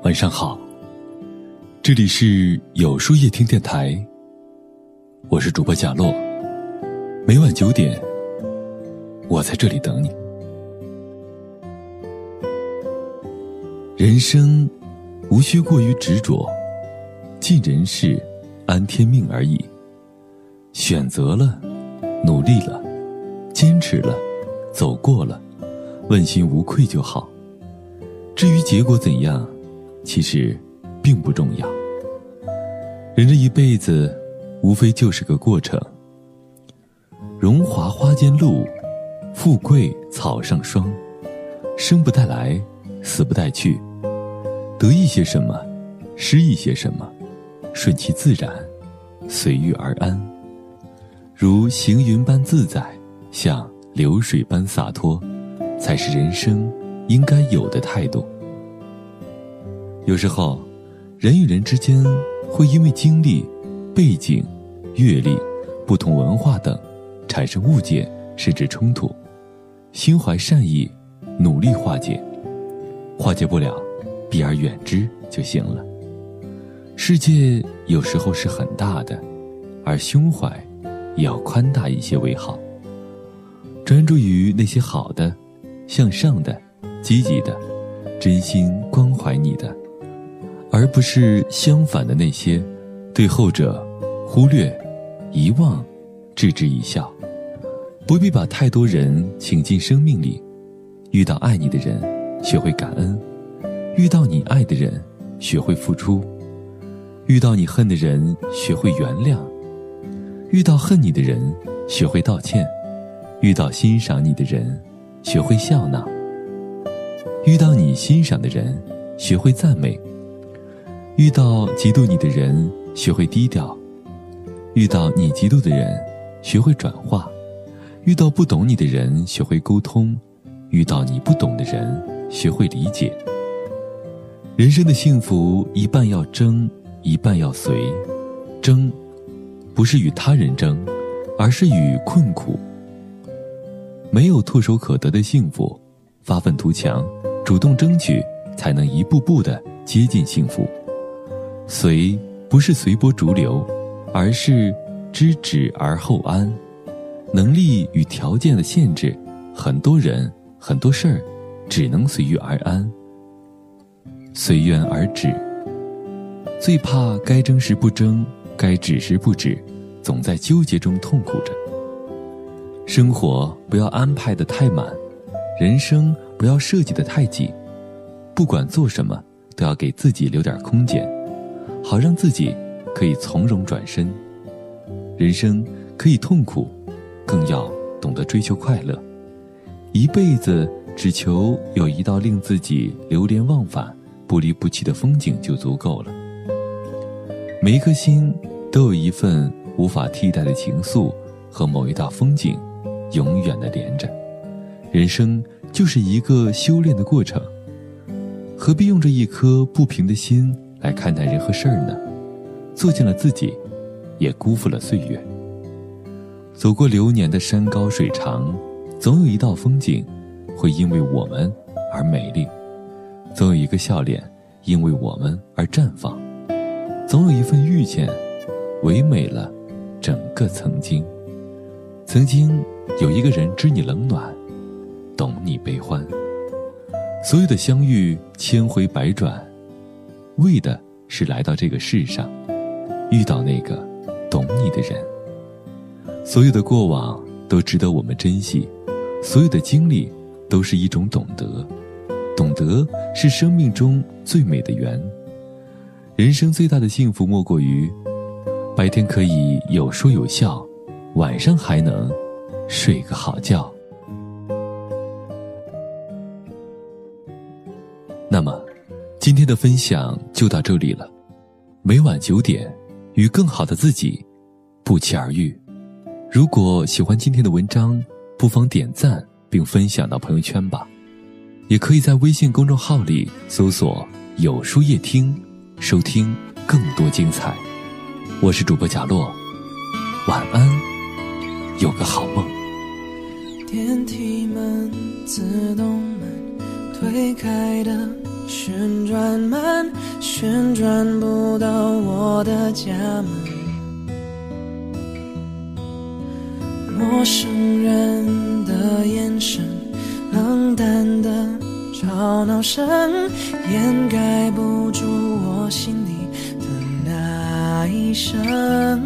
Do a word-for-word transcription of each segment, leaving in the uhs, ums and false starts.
晚上好，这里是有书夜听电台，我是主播贾洛，每晚九点，我在这里等你。人生无需过于执着，尽人事，安天命而已。选择了，努力了，坚持了，走过了，问心无愧就好。至于结果怎样，其实并不重要。人这一辈子无非就是个过程，荣华花间露，富贵草上霜，生不带来，死不带去，得意些什么，失意些什么，顺其自然，随遇而安，如行云般自在，像流水般洒脱，才是人生应该有的态度。有时候人与人之间会因为经历、背景、阅历、不同文化等产生误解甚至冲突，心怀善意，努力化解，化解不了，避而远之就行了。世界有时候是很大的，而胸怀也要宽大一些为好。专注于那些好的、向上的、积极的，真心关怀你的，而不是相反的那些，对后者忽略、遗忘、置之一笑。不必把太多人请进生命里，遇到爱你的人，学会感恩；遇到你爱的人，学会付出；遇到你恨的人，学会原谅；遇到恨你的人，学会道歉；遇到欣赏你的人，学会笑纳；遇到你欣赏的人，学会赞美；遇到嫉妒你的人，学会低调；遇到你嫉妒的人，学会转化；遇到不懂你的人，学会沟通；遇到你不懂的人，学会理解。人生的幸福，一半要争，一半要随。争，不是与他人争，而是与困苦。没有唾手可得的幸福，发愤图强，主动争取，才能一步步地接近幸福。随，不是随波逐流，而是知止而后安。能力与条件的限制，很多人很多事儿只能随遇而安，随缘而止。最怕该争时不争，该止时不止，总在纠结中痛苦着。生活不要安排得太满，人生不要设计得太紧。不管做什么，都要给自己留点空间，好让自己可以从容转身。人生可以痛苦，更要懂得追求快乐。一辈子只求有一道令自己流连忘返、不离不弃的风景就足够了。每一颗心都有一份无法替代的情愫，和某一道风景永远地连着。人生就是一个修炼的过程，何必用着一颗不平的心来看待人和事儿呢？做尽了自己，也辜负了岁月。走过流年的山高水长，总有一道风景会因为我们而美丽，总有一个笑脸因为我们而绽放，总有一份遇见唯美了整个曾经。曾经有一个人知你冷暖，懂你悲欢。所有的相遇千回百转，为的是来到这个世上，遇到那个懂你的人。所有的过往都值得我们珍惜，所有的经历都是一种懂得。懂得是生命中最美的缘。人生最大的幸福莫过于白天可以有说有笑，晚上还能睡个好觉。那么今天的分享就到这里了。每晚九点，与更好的自己不期而遇。如果喜欢今天的文章，不妨点赞并分享到朋友圈吧。也可以在微信公众号里搜索有书夜听，收听更多精彩。我是主播贾洛，晚安，有个好梦。 电梯门自动门推开的旋转慢，旋转不到我的家门。陌生人的眼神，冷淡的吵闹声，掩盖不住我心里的那一声，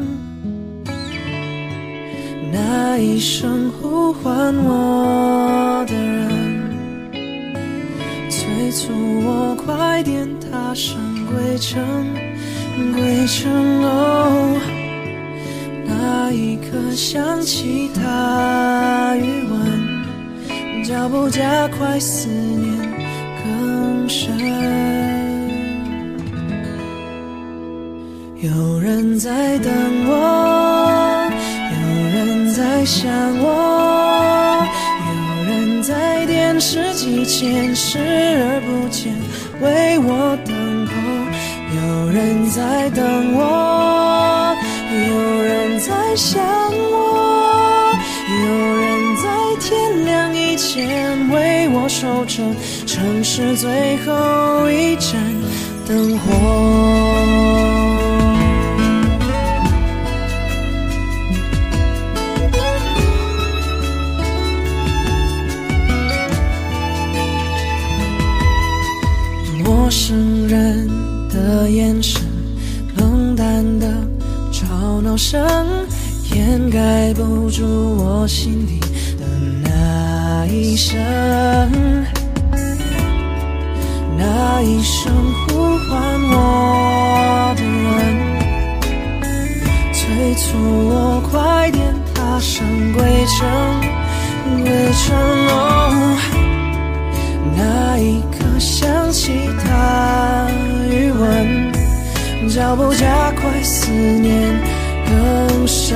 那一声呼唤我的人，催促我快点踏上归程，归程哦。那一刻想起他余温，脚步加快，思念更深。有人在等我，有人在想我，有人在电视机前视而不见，为我等候。有人在等我，有人在想我，有人在天亮以前为我守着城市最后一盏灯火。陌生人的眼神，冷淡的吵闹声，掩盖不住我心里的那一声，那一声呼唤我的人，催促我快点踏上归程，归程哦。那一刻想起他余温，脚步加快，思念更深。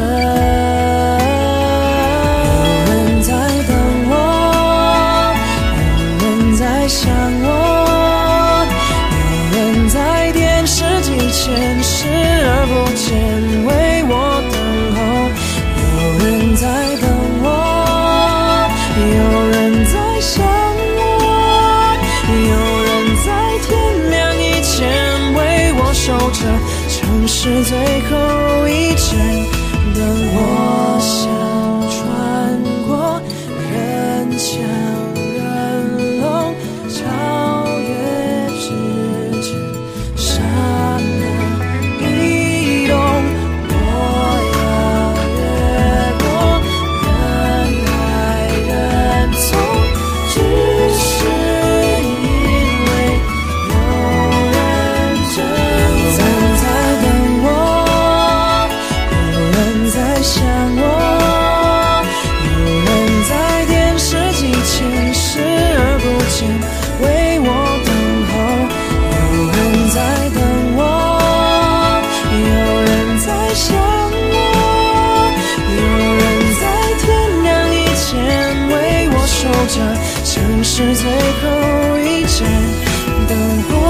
有人在等我，有人在想我，有人在电视机前视而不见，为我等候。有人在等我，有人在想我，有人在天亮以前为我守着城市最后一盏灯。我想穿过人墙人龙，超越之间刹那移动。我要越过人来人从，只是因为有人正在等我，有人在想我，有人在电视机前视而不见，为我等候。有人在等我，有人在想我，有人在天亮以前为我守着城市最后一盏灯火。